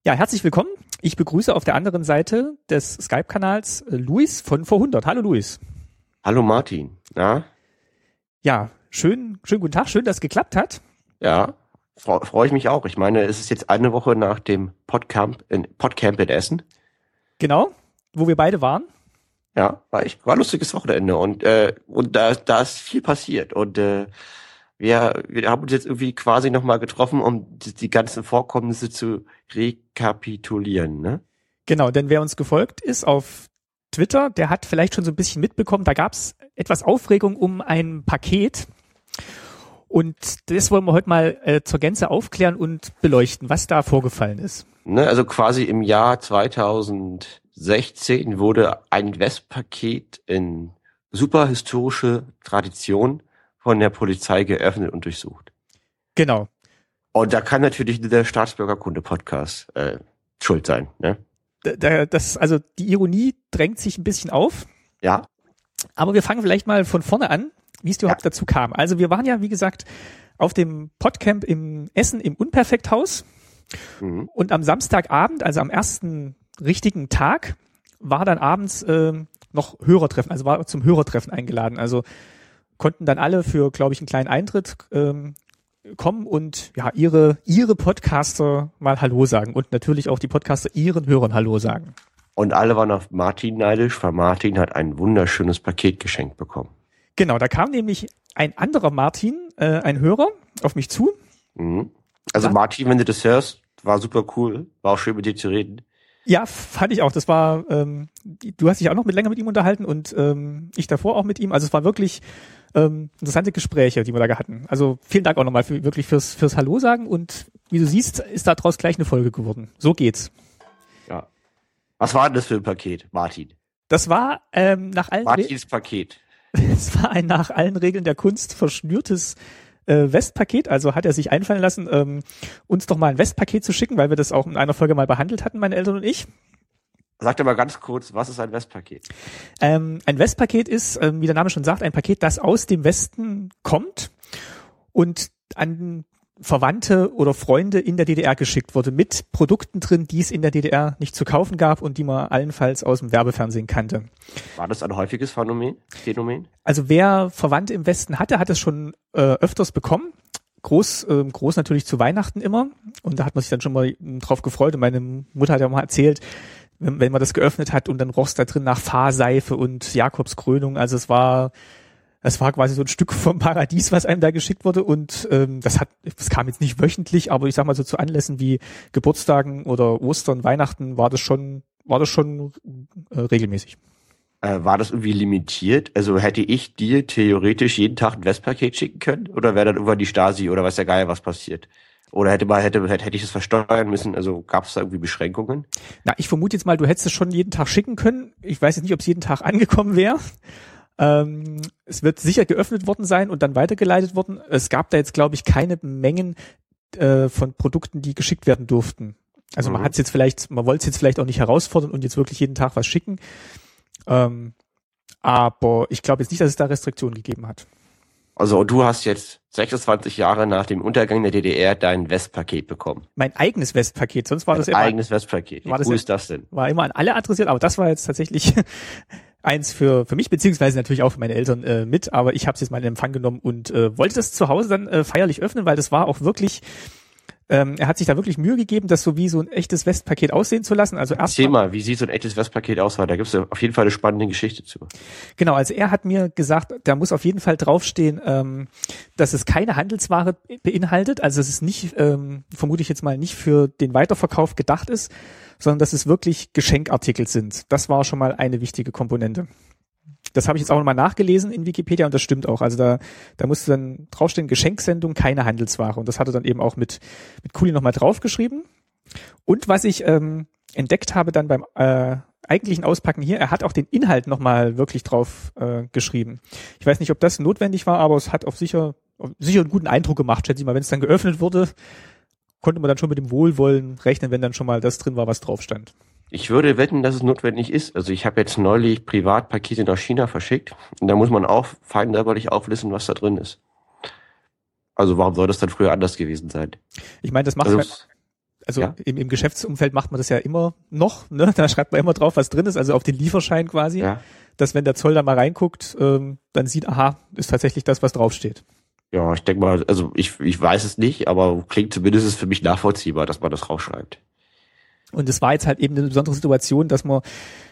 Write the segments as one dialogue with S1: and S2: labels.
S1: Ja, herzlich willkommen. Ich begrüße auf der anderen Seite des Skype-Kanals Luis von Vor100. Hallo Luis.
S2: Hallo Martin. Na?
S1: Ja, schönen guten Tag. Schön, dass es geklappt hat.
S2: Ja, freue ich mich auch. Ich meine, es ist jetzt eine Woche nach dem Podcamp in Essen.
S1: Genau, wo wir beide waren.
S2: Ja, war ein lustiges Wochenende und da ist viel passiert und wir haben uns jetzt irgendwie quasi nochmal getroffen, um die ganzen Vorkommnisse zu rekapitulieren, ne?
S1: Genau, denn wer uns gefolgt ist auf Twitter, der hat vielleicht schon so ein bisschen mitbekommen, da gab es etwas Aufregung um ein Paket. Und das wollen wir heute mal zur Gänze aufklären und beleuchten, was da vorgefallen ist.
S2: Ne, also quasi im Jahr 2016 wurde ein Westpaket in super historische Tradition von der Polizei geöffnet und durchsucht.
S1: Genau.
S2: Und da kann natürlich der Staatsbürgerkunde-Podcast schuld sein, ne?
S1: Also die Ironie drängt sich ein bisschen auf.
S2: Ja.
S1: Aber wir fangen vielleicht mal von vorne an, wie es überhaupt dazu kam. Also wir waren ja, wie gesagt, auf dem Podcamp in Essen im Unperfekthaus. Mhm. Und am Samstagabend, also am ersten richtigen Tag, war dann abends noch Hörertreffen, also war zum Hörertreffen eingeladen. Also konnten dann alle für, glaube ich, einen kleinen Eintritt kommen und ja ihre Podcaster mal Hallo sagen und natürlich auch die Podcaster ihren Hörern Hallo sagen.
S2: Und alle waren auf Martin neidisch, weil Martin hat ein wunderschönes Paket geschenkt bekommen.
S1: Genau, da kam nämlich ein anderer Martin, ein Hörer, auf mich zu.
S2: Mhm. Also Martin, wenn du das hörst, war super cool, war auch schön mit dir zu reden.
S1: Ja, fand ich auch. Das war, du hast dich auch noch länger mit ihm unterhalten und ich davor auch mit ihm. Also es war wirklich interessante Gespräche, die wir da hatten. Also vielen Dank auch nochmal fürs Hallo sagen und wie du siehst, ist daraus gleich eine Folge geworden. So geht's.
S2: Ja. Was war denn das für ein Paket, Martin?
S1: Das war nach allen
S2: Martins Paket.
S1: Es war ein nach allen Regeln der Kunst verschnürtes Westpaket. Also hat er sich einfallen lassen, uns doch mal ein Westpaket zu schicken, weil wir das auch in einer Folge mal behandelt hatten, meine Eltern und ich.
S2: Sag dir mal ganz kurz, was ist ein Westpaket?
S1: Ein Westpaket ist, wie der Name schon sagt, ein Paket, das aus dem Westen kommt und an Verwandte oder Freunde in der DDR geschickt wurde, mit Produkten drin, die es in der DDR nicht zu kaufen gab und die man allenfalls aus dem Werbefernsehen kannte.
S2: War das ein häufiges Phänomen?
S1: Also wer Verwandte im Westen hatte, hat es schon öfters bekommen. Groß natürlich zu Weihnachten immer. Und da hat man sich dann schon mal drauf gefreut. Und meine Mutter hat ja mal erzählt, wenn man das geöffnet hat und dann roch es da drin nach Fahrseife und Jakobskrönung. Also es war quasi so ein Stück vom Paradies, was einem da geschickt wurde. Und das kam jetzt nicht wöchentlich, aber ich sag mal so zu Anlässen wie Geburtstagen oder Ostern, Weihnachten war das schon regelmäßig.
S2: War das irgendwie limitiert? Also hätte ich dir theoretisch jeden Tag ein Westpaket schicken können? Oder wäre dann irgendwann die Stasi oder weiß der Geier was passiert? Oder hätte ich es versteuern müssen? Also gab es da irgendwie Beschränkungen?
S1: Na, ich vermute jetzt mal, du hättest es schon jeden Tag schicken können. Ich weiß jetzt nicht, ob es jeden Tag angekommen wäre. Es wird sicher geöffnet worden sein und dann weitergeleitet worden. Es gab da jetzt, glaube ich, keine Mengen von Produkten, die geschickt werden durften. Also man wollte es jetzt vielleicht auch nicht herausfordern und jetzt wirklich jeden Tag was schicken. Aber ich glaube jetzt nicht, dass es da Restriktionen gegeben hat.
S2: Also und du hast jetzt 26 Jahre nach dem Untergang der DDR dein Westpaket bekommen.
S1: Mein eigenes Westpaket, sonst war das immer...
S2: Eigenes Westpaket. Wie cool ist das denn?
S1: War immer an alle adressiert, aber das war jetzt tatsächlich eins für mich, beziehungsweise natürlich auch für meine Eltern mit, aber ich habe es jetzt mal in Empfang genommen und wollte das zu Hause dann feierlich öffnen, weil das war auch wirklich... er hat sich da wirklich Mühe gegeben, das so wie so ein echtes Westpaket aussehen zu lassen. Also
S2: erzähl mal, wie sieht so ein echtes Westpaket aus? Weil da gibt es auf jeden Fall eine spannende Geschichte zu.
S1: Genau, also er hat mir gesagt, da muss auf jeden Fall draufstehen, dass es keine Handelsware beinhaltet. Also es ist nicht, vermute ich jetzt mal, nicht für den Weiterverkauf gedacht ist, sondern dass es wirklich Geschenkartikel sind. Das war schon mal eine wichtige Komponente. Das habe ich jetzt auch nochmal nachgelesen in Wikipedia und das stimmt auch. Also da musste dann draufstehen, Geschenksendung, keine Handelsware. Und das hat er dann eben auch mit Kuli nochmal draufgeschrieben. Und was ich entdeckt habe dann beim eigentlichen Auspacken hier, er hat auch den Inhalt nochmal wirklich drauf geschrieben. Ich weiß nicht, ob das notwendig war, aber es hat auf sicher einen guten Eindruck gemacht, schätze ich mal. Wenn es dann geöffnet wurde, konnte man dann schon mit dem Wohlwollen rechnen, wenn dann schon mal das drin war, was drauf stand.
S2: Ich würde wetten, dass es notwendig ist. Also ich habe jetzt neulich Privatpakete nach China verschickt und da muss man auch fein säuberlich auflisten, was da drin ist. Also warum soll das dann früher anders gewesen sein?
S1: Ich meine, das macht Also
S2: Ja.
S1: im Geschäftsumfeld macht man das ja immer noch, ne? Da schreibt man immer drauf, was drin ist, also auf den Lieferschein quasi,
S2: Ja.
S1: dass wenn der Zoll da mal reinguckt, dann sieht, aha, ist tatsächlich das, was draufsteht.
S2: Ja, ich denke mal, also ich weiß es nicht, aber klingt zumindest für mich nachvollziehbar, dass man das rausschreibt.
S1: Und es war jetzt halt eben eine besondere Situation, dass man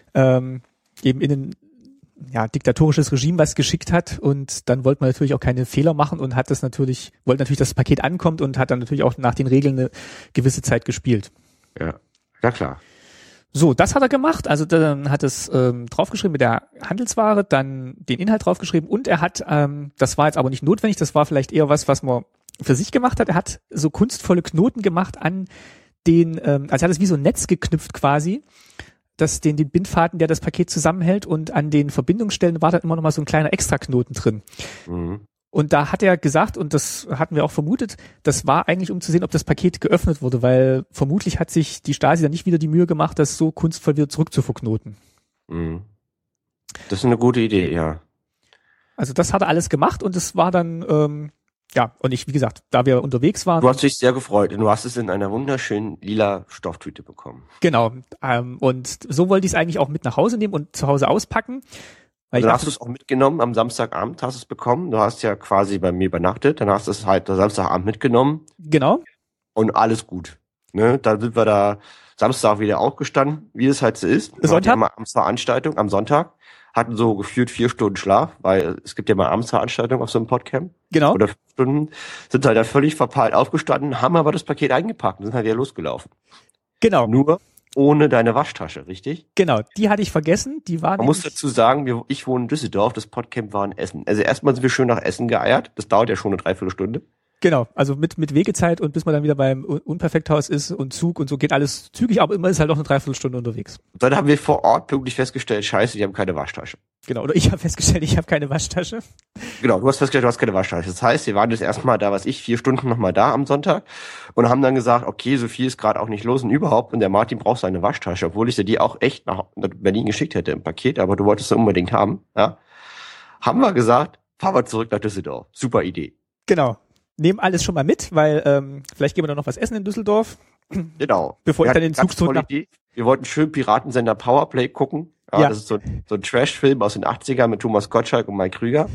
S1: eben in ein diktatorisches Regime was geschickt hat und dann wollte man natürlich auch keine Fehler machen und wollte natürlich, dass das Paket ankommt und hat dann natürlich auch nach den Regeln eine gewisse Zeit gespielt.
S2: Ja, ja klar.
S1: So, das hat er gemacht. Also dann hat es draufgeschrieben mit der Handelsware, dann den Inhalt draufgeschrieben und er hat, das war jetzt aber nicht notwendig, das war vielleicht eher was man für sich gemacht hat. Er hat so kunstvolle Knoten gemacht an den, also er hat es wie so ein Netz geknüpft quasi, den Bindfaden, der das Paket zusammenhält und an den Verbindungsstellen war dann immer noch mal so ein kleiner Extraknoten drin.
S2: Mhm.
S1: Und da hat er gesagt, und das hatten wir auch vermutet, das war eigentlich, um zu sehen, ob das Paket geöffnet wurde, weil vermutlich hat sich die Stasi dann nicht wieder die Mühe gemacht, das so kunstvoll wieder zurückzuverknoten.
S2: Mhm. Das ist eine gute Idee, ja.
S1: Also das hat er alles gemacht und es war dann, und wie gesagt, da wir unterwegs waren.
S2: Du hast dich sehr gefreut und du hast es in einer wunderschönen lila Stofftüte bekommen.
S1: Genau, und so wollte ich es eigentlich auch mit nach Hause nehmen und zu Hause auspacken.
S2: Dann hast du es auch mitgenommen, am Samstagabend hast du es bekommen. Du hast ja quasi bei mir übernachtet, dann hast du es halt am Samstagabend mitgenommen.
S1: Genau.
S2: Und alles gut. Ne? Dann sind wir da Samstag wieder aufgestanden, wie es halt so ist. Wir hatten ja mal Abendsveranstaltung am Sonntag, hatten so gefühlt 4 Stunden Schlaf, weil es gibt ja mal Abendsveranstaltungen auf so einem Podcamp.
S1: Genau.
S2: Oder 5 Stunden, sind halt dann völlig verpeilt aufgestanden, haben aber das Paket eingepackt und sind halt wieder losgelaufen.
S1: Genau.
S2: Nur ohne deine Waschtasche, richtig?
S1: Genau, die hatte ich vergessen. Die war
S2: Man muss dazu sagen, ich wohne in Düsseldorf, das Podcamp war in Essen. Also erstmal sind wir schön nach Essen geeiert, das dauert ja schon eine Dreiviertelstunde.
S1: Genau, also mit Wegezeit und bis man dann wieder beim Unperfekthaus ist und Zug und so geht alles zügig, aber immer ist halt noch eine Dreiviertelstunde unterwegs.
S2: Und dann haben wir vor Ort pünktlich festgestellt, scheiße, die haben keine Waschtasche.
S1: Genau, oder ich habe festgestellt, ich habe keine Waschtasche.
S2: Genau, du hast festgestellt, du hast keine Waschtasche. Das heißt, wir waren jetzt erstmal da, 4 Stunden nochmal da am Sonntag und haben dann gesagt, okay, so viel ist gerade auch nicht los und überhaupt und der Martin braucht seine Waschtasche, obwohl ich die auch echt nach Berlin geschickt hätte im Paket, aber du wolltest sie unbedingt haben, ja. Haben wir gesagt, fahren wir zurück nach Düsseldorf. Super Idee.
S1: Genau. Nehmen alles schon mal mit, weil vielleicht gehen wir dann noch was essen in Düsseldorf.
S2: Genau.
S1: Bevor ich dann den Zug zurück nach...
S2: Wir wollten schön Piratensender Powerplay gucken. Ja. Das ist so ein Trash-Film aus den 80ern mit Thomas Gottschalk und Mike Krüger.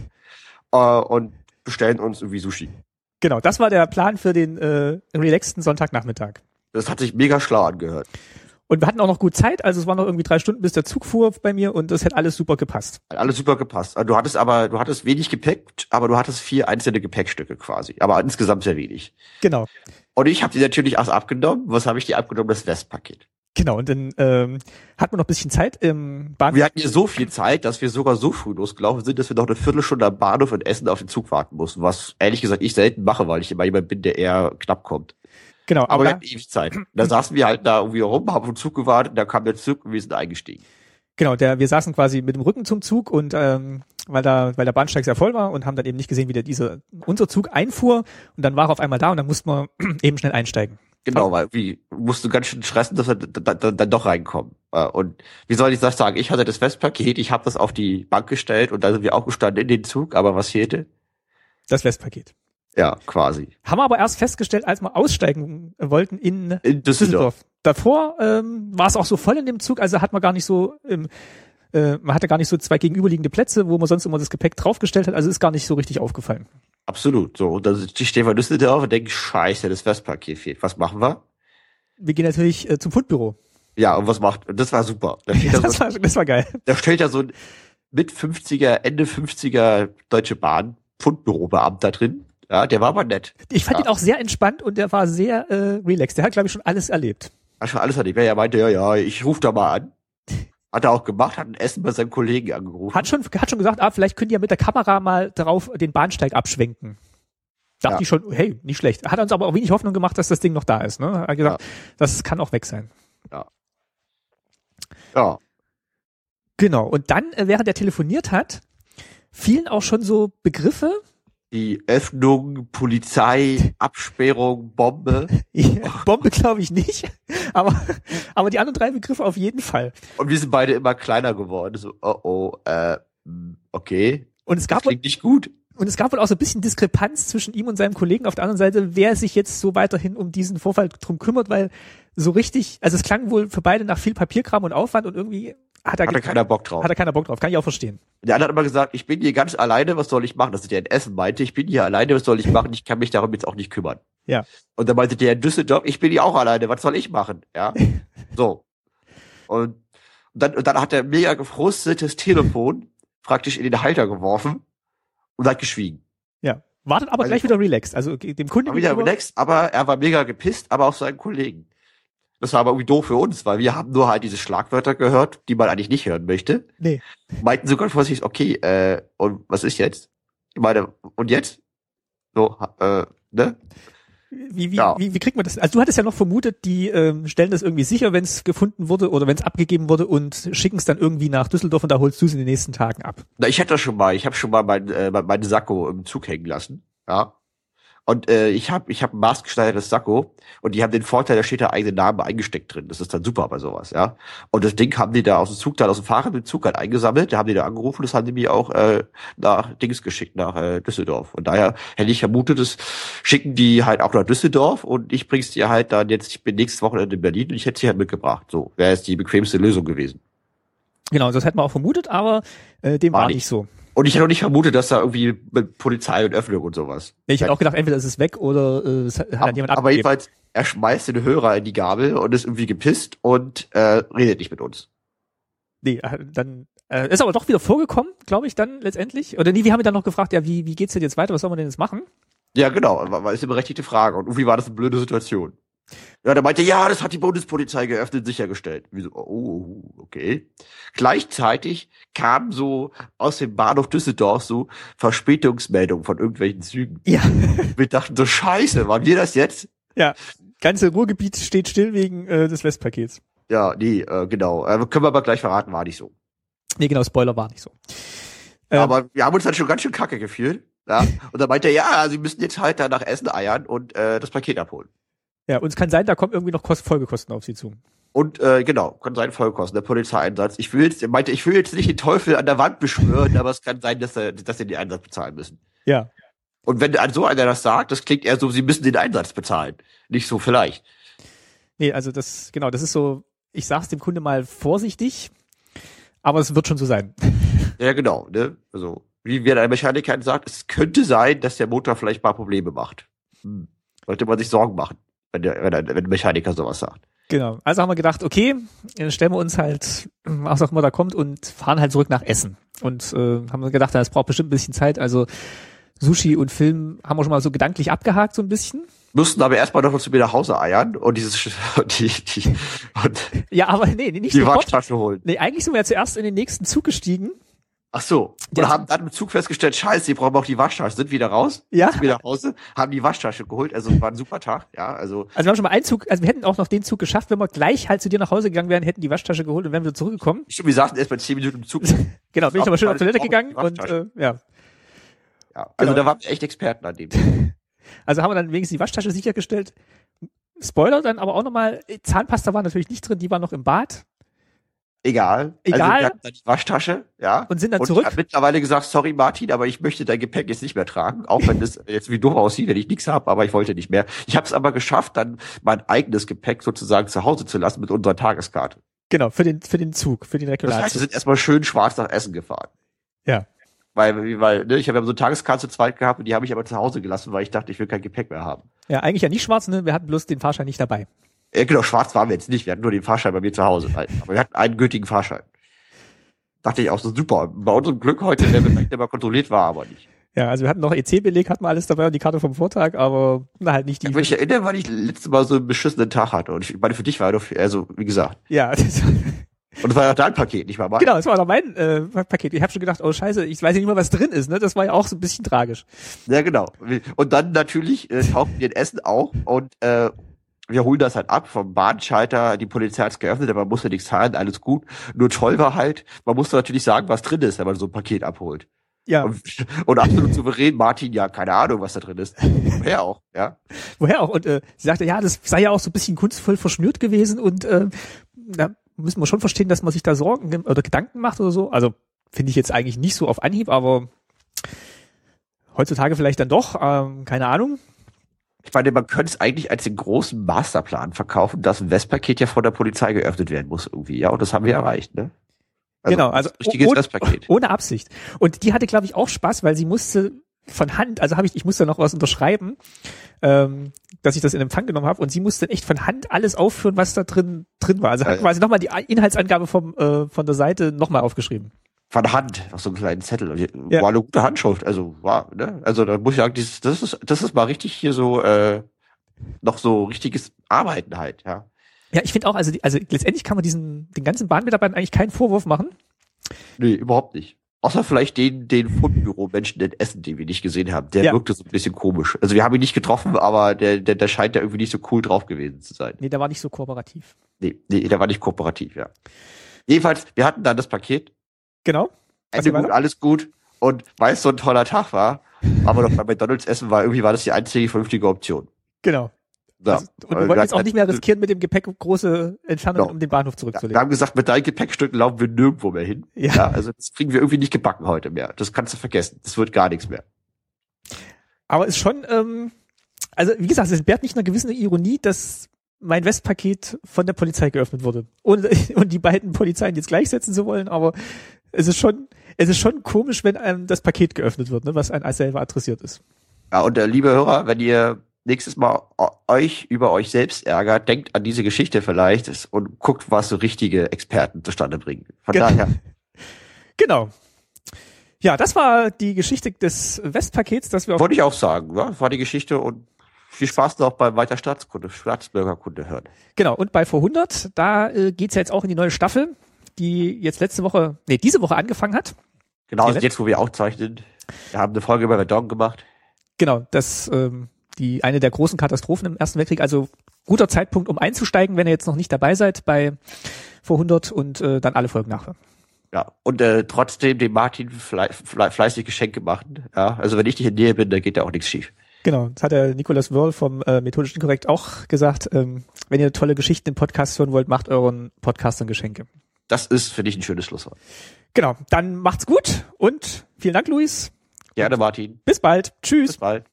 S2: Und bestellen uns irgendwie Sushi.
S1: Genau, das war der Plan für den relaxten Sonntagnachmittag.
S2: Das hat sich mega schlau angehört.
S1: Und wir hatten auch noch gut Zeit, also es waren noch irgendwie 3 Stunden, bis der Zug fuhr bei mir und das hätte alles super gepasst.
S2: Hat alles super gepasst. Du hattest wenig Gepäck, aber du hattest 4 einzelne Gepäckstücke quasi. Aber insgesamt sehr wenig.
S1: Genau.
S2: Und ich habe die natürlich auch abgenommen. Was habe ich dir abgenommen? Das Westpaket.
S1: Genau, und dann hat man noch ein bisschen Zeit im Bahnhof.
S2: Wir hatten hier so viel Zeit, dass wir sogar so früh losgelaufen sind, dass wir noch eine Viertelstunde am Bahnhof in Essen auf den Zug warten mussten. Was ehrlich gesagt ich selten mache, weil ich immer jemand bin, der eher knapp kommt.
S1: Genau,
S2: aber wir hatten ewig Zeit. Da saßen wir halt da irgendwie rum, haben auf den Zug gewartet, da kam der Zug und wir sind eingestiegen.
S1: Genau, wir saßen quasi mit dem Rücken zum Zug und weil der Bahnsteig sehr voll war und haben dann eben nicht gesehen, wie unser Zug einfuhr und dann war er auf einmal da und dann mussten wir eben schnell einsteigen.
S2: Genau, weil musst du ganz schön stressen, dass wir dann doch reinkommen. Und wie soll ich das sagen? Ich hatte das Westpaket, ich habe das auf die Bank gestellt und dann sind wir auch gestanden in den Zug, aber was fehlte?
S1: Das Westpaket.
S2: Ja, quasi.
S1: Haben wir aber erst festgestellt, als wir aussteigen wollten in
S2: Düsseldorf.
S1: Davor war es auch so voll in dem Zug, also hat man gar nicht so, man hatte gar nicht so 2 gegenüberliegende Plätze, wo man sonst immer das Gepäck draufgestellt hat, also ist gar nicht so richtig aufgefallen.
S2: Absolut. So, und dann stehen wir in Düsseldorf und denken, scheiße, das Westpaket fehlt. Was machen wir?
S1: Wir gehen natürlich zum Fundbüro.
S2: Ja, und das war super.
S1: Das war geil.
S2: Da stellt ja so ein mit 50er, Ende 50er Deutsche Bahn Fundbürobeamter drin. Ja, der war aber nett.
S1: Ich fand ihn auch sehr entspannt und der war sehr relaxed. Der hat, glaube ich, schon alles erlebt.
S2: Hat schon alles erlebt. Er meinte, ja, ich rufe da mal an. Hat er auch gemacht, hat ein Essen bei seinem Kollegen angerufen.
S1: Hat schon gesagt, vielleicht könnt ihr mit der Kamera mal darauf den Bahnsteig abschwenken. Dachte ich schon, hey, nicht schlecht. Hat uns aber auch wenig Hoffnung gemacht, dass das Ding noch da ist. Ne? Hat gesagt, das kann auch weg sein.
S2: Ja.
S1: Genau. Und dann, während er telefoniert hat, fielen auch schon so Begriffe.
S2: Die Öffnung, Polizei, Absperrung, Bombe.
S1: Bombe glaube ich nicht, aber die anderen 3 Begriffe auf jeden Fall.
S2: Und wir sind beide immer kleiner geworden. So, okay.
S1: Und es gab
S2: das klingt nicht gut.
S1: Und es gab wohl auch so ein bisschen Diskrepanz zwischen ihm und seinem Kollegen auf der anderen Seite, wer sich jetzt so weiterhin um diesen Vorfall drum kümmert, weil so richtig, also es klang wohl für beide nach viel Papierkram und Aufwand und irgendwie hat er
S2: keiner Bock drauf.
S1: Hat er keiner Bock drauf, kann ich auch verstehen.
S2: Der andere hat immer gesagt, ich bin hier ganz alleine, was soll ich machen? Das ist der in Essen meinte, ich bin hier alleine, was soll ich machen? Ich kann mich darum jetzt auch nicht kümmern.
S1: Ja.
S2: Und dann meinte der in Düsseldorf, ich bin hier auch alleine, was soll ich machen? Ja. So. Und dann hat er mega gefrustetes Telefon praktisch in den Halter geworfen und hat geschwiegen.
S1: Ja. Wartet aber gleich wieder relaxed. Also dem Kunden
S2: war wieder relaxed, aber er war mega gepisst, aber auf seinen Kollegen. Das war aber irgendwie doof für uns, weil wir haben nur halt diese Schlagwörter gehört, die man eigentlich nicht hören möchte.
S1: Nee.
S2: Meinten sogar vorsichtig, okay, und was ist jetzt? Ich meine, und jetzt? So, ne?
S1: Wie kriegt man das? Also du hattest ja noch vermutet, die stellen das irgendwie sicher, wenn es gefunden wurde oder wenn es abgegeben wurde und schicken es dann irgendwie nach Düsseldorf und da holst du es in den nächsten Tagen ab.
S2: Na, ich habe schon mal meinen Sakko im Zug hängen lassen, ja. Und ich hab ein maßgeschneidertes Sakko und die haben den Vorteil, da steht der eigene Name eingesteckt drin. Das ist dann super bei sowas, ja. Und das Ding haben die da aus dem Fahrer mit dem Zug halt eingesammelt, da haben die da angerufen, das haben die mir auch nach Dings geschickt, nach Düsseldorf. Und daher hätte ich vermutet, das schicken die halt auch nach Düsseldorf und ich bring's dir halt dann jetzt, ich bin nächstes Wochenende in Berlin und ich hätte sie halt mitgebracht. So, wäre jetzt die bequemste Lösung gewesen.
S1: Genau, das hätten wir auch vermutet, aber dem war nicht so.
S2: Und ich hätte auch nicht vermutet, dass da irgendwie mit Polizei und Öffnung und sowas.
S1: Ich hätte auch gedacht, entweder ist es weg oder es hat dann jemand abgegeben.
S2: Aber jedenfalls, er schmeißt den Hörer in die Gabel und ist irgendwie gepisst und redet nicht mit uns.
S1: Nee, dann ist aber doch wieder vorgekommen, glaube ich, dann letztendlich. Oder nee, wir haben ihn dann noch gefragt, ja, wie geht's denn jetzt weiter, was soll man denn jetzt machen?
S2: Ja, genau, war ist eine berechtigte Frage. Und irgendwie war das eine blöde Situation. Ja, der meinte, ja, das hat die Bundespolizei geöffnet, sichergestellt. Wie so, oh, okay. Gleichzeitig kamen so aus dem Bahnhof Düsseldorf so Verspätungsmeldungen von irgendwelchen Zügen.
S1: Ja.
S2: Wir dachten so, scheiße, waren wir das jetzt?
S1: Ja, ganze Ruhrgebiet steht still wegen des Westpakets.
S2: Ja, nee, genau. Können wir aber gleich verraten, war nicht so.
S1: Nee, genau, Spoiler war nicht so.
S2: Aber wir haben uns dann schon ganz schön kacke gefühlt. Ja. Und dann meinte er, ja, sie müssen jetzt halt da nach Essen eiern und das Paket abholen.
S1: Ja, und es kann sein, da kommen irgendwie noch Folgekosten auf sie zu.
S2: Und genau, kann sein Folgekosten, der Polizeieinsatz. Er meinte, ich will jetzt nicht den Teufel an der Wand beschwören, aber es kann sein, dass sie den Einsatz bezahlen müssen.
S1: Ja.
S2: Und wenn so einer das sagt, das klingt eher so, sie müssen den Einsatz bezahlen. Nicht so vielleicht.
S1: Nee, also das ist so, ich sag's dem Kunde mal vorsichtig, aber es wird schon so sein.
S2: Ja, genau, ne? Also, wie der Mechaniker sagt, es könnte sein, dass der Motor vielleicht mal Probleme macht. Sollte man sich Sorgen machen, wenn der Mechaniker sowas sagt.
S1: Genau. Also haben wir gedacht, okay, dann stellen wir uns halt, was auch immer da kommt, und fahren halt zurück nach Essen. Und haben wir gedacht, das braucht bestimmt ein bisschen Zeit. Also Sushi und Film haben wir schon mal so gedanklich abgehakt, so ein bisschen.
S2: Mussten aber erstmal noch zu mir nach Hause eiern und
S1: ja, aber nee, nicht
S2: die Waschtasche holen.
S1: Nee, eigentlich sind wir ja zuerst in den nächsten Zug gestiegen.
S2: Ach so. Und haben dann im Zug festgestellt, scheiße, die brauchen auch die Waschtasche. Sind wieder raus,
S1: ja.
S2: Sind wieder nach Hause, haben die Waschtasche geholt. Also es war ein super Tag, ja. Also
S1: wir haben schon mal einen Zug, also wir hätten auch noch den Zug geschafft, wenn wir gleich halt zu dir nach Hause gegangen wären, hätten die Waschtasche geholt und wären wieder zurückgekommen.
S2: Stimmt, wir saßen erst bei 10 Minuten im Zug.
S1: Genau, bin ich nochmal schön auf Toilette gegangen und ja.
S2: Ja, also da waren wir echt Experten an dem.
S1: Also haben wir dann wenigstens die Waschtasche sichergestellt. Spoiler dann aber auch nochmal, Zahnpasta war natürlich nicht drin, die war noch im Bad.
S2: Egal. Also wir hatten dann die Waschtasche, ja.
S1: Und sind dann zurück.
S2: Ich habe mittlerweile gesagt, sorry Martin, aber ich möchte dein Gepäck jetzt nicht mehr tragen, auch wenn das jetzt wie doof aussieht, wenn ich nichts habe, aber ich wollte nicht mehr. Ich habe es aber geschafft, dann mein eigenes Gepäck sozusagen zu Hause zu lassen mit unserer Tageskarte.
S1: Genau, für den Zug, für den Regionalzug.
S2: Das heißt, wir sind erstmal schön schwarz nach Essen gefahren.
S1: Ja.
S2: Weil ne, ich habe so eine Tageskarte zu zweit gehabt und die habe ich aber zu Hause gelassen, weil ich dachte, ich will kein Gepäck mehr haben.
S1: Ja, eigentlich ja nicht schwarz, ne? Wir hatten bloß den Fahrschein nicht dabei.
S2: Ja, genau, schwarz waren wir jetzt nicht. Wir hatten nur den Fahrschein bei mir zu Hause. Aber wir hatten einen gültigen Fahrschein. Dachte ich auch so, super. Bei unserem Glück heute, der vielleicht immer kontrolliert war, aber nicht.
S1: Ja, also wir hatten noch EC-Beleg, hatten wir alles dabei und die Karte vom Vortag, aber halt nicht die.
S2: Ich kann mich erinnern, weil ich letztes Mal so einen beschissenen Tag hatte. Und ich meine, für dich war doch, also, wie gesagt.
S1: Ja.
S2: Und es war ja dein Paket, nicht mal mein.
S1: Genau, es war doch mein Paket. Ich habe schon gedacht, oh scheiße, ich weiß ja nicht mehr, was drin ist, ne? Das war ja auch so ein bisschen tragisch.
S2: Ja, genau. Und dann natürlich tauchten wir in Essen auch und wir holen das halt ab vom Bahnschalter, die Polizei hat's geöffnet, aber man musste nichts zahlen, alles gut. Nur toll war halt, man musste natürlich sagen, was drin ist, wenn man so ein Paket abholt.
S1: Ja.
S2: Und absolut souverän, Martin, ja, keine Ahnung, was da drin ist. Woher auch, ja.
S1: Woher auch? Und sie sagte, ja, das sei ja auch so ein bisschen kunstvoll verschnürt gewesen und da müssen wir schon verstehen, dass man sich da Sorgen oder Gedanken macht oder so. Also finde ich jetzt eigentlich nicht so auf Anhieb, aber Heutzutage vielleicht dann doch, keine Ahnung.
S2: Ich meine, man könnte es eigentlich als den großen Masterplan verkaufen, dass ein Westpaket ja von der Polizei geöffnet werden muss irgendwie. Ja, und das haben wir erreicht, ne?
S1: Genau, also
S2: richtiges Westpaket.
S1: Ohne Absicht. Und die hatte, glaube ich, auch Spaß, weil sie musste von Hand, also ich musste noch was unterschreiben, dass ich das in Empfang genommen habe, und sie musste echt von Hand alles aufführen, was da drin war. Also hat quasi nochmal die Inhaltsangabe von der Seite nochmal aufgeschrieben.
S2: Von Hand, auf so einen kleinen Zettel. War eine gute Handschrift, also war, ne? Also da muss ich sagen, das ist mal richtig hier so, noch so richtiges Arbeiten halt, ja.
S1: Ja, ich finde auch, also letztendlich kann man den ganzen Bahnmitarbeitern eigentlich keinen Vorwurf machen.
S2: Nee, überhaupt nicht. Außer vielleicht den Fundbüro-Menschen in Essen, den wir nicht gesehen haben. Der wirkte so ein bisschen komisch. Also wir haben ihn nicht getroffen, aber der scheint da irgendwie nicht so cool drauf gewesen zu sein.
S1: Nee, der war nicht so kooperativ.
S2: Nee, der war nicht kooperativ, ja. Jedenfalls, wir hatten dann das Paket.
S1: Genau.
S2: Ende gut, alles gut. Und weil es so ein toller Tag war, aber doch bei McDonald's essen war das die einzige vernünftige Option.
S1: Genau.
S2: So.
S1: Also, und wir wollten jetzt auch nicht mehr riskieren, mit dem Gepäck große Entfernungen um den Bahnhof zurückzulegen.
S2: Wir haben gesagt, mit deinen Gepäckstücken laufen wir nirgendwo mehr hin.
S1: Ja.
S2: Also das kriegen wir irgendwie nicht gebacken heute mehr. Das kannst du vergessen. Das wird gar nichts mehr.
S1: Aber ist schon, also wie gesagt, es entbehrt nicht einer gewissen Ironie, dass mein Westpaket von der Polizei geöffnet wurde. Und die beiden Polizeien jetzt gleichsetzen zu wollen, aber es ist schon komisch, wenn einem das Paket geöffnet wird, ne, was einem als selber adressiert ist.
S2: Ja, und liebe Hörer, wenn ihr nächstes Mal euch über euch selbst ärgert, denkt an diese Geschichte vielleicht und guckt, was so richtige Experten zustande bringen. Von daher.
S1: Genau. Ja, das war die Geschichte des Westpakets, das wir
S2: wollte ich auch sagen, ja, war die Geschichte, und viel Spaß noch beim weiter Staatsbürgerkunde hören.
S1: Genau, und bei vor 100, da geht's ja jetzt auch in die neue Staffel, die jetzt diese Woche angefangen hat.
S2: Genau, also jetzt, wo wir aufzeichnen. Wir haben eine Folge über Verdun gemacht.
S1: Genau, das eine der großen Katastrophen im Ersten Weltkrieg, also guter Zeitpunkt, um einzusteigen, wenn ihr jetzt noch nicht dabei seid bei vor 100 und dann alle Folgen nachhören.
S2: Ja, und trotzdem dem Martin fleißig Geschenke machen. Ja, also wenn ich nicht in der Nähe bin, dann geht da auch nichts schief.
S1: Genau, das hat der Nicolas Wörl vom Methodisch Inkorrekt auch gesagt. Wenn ihr tolle Geschichten im Podcast hören wollt, macht euren Podcastern Geschenke.
S2: Das ist, finde ich, ein schönes Schlusswort.
S1: Genau, dann macht's gut und vielen Dank, Luis.
S2: Gerne, Martin.
S1: Bis bald. Tschüss.
S2: Bis bald.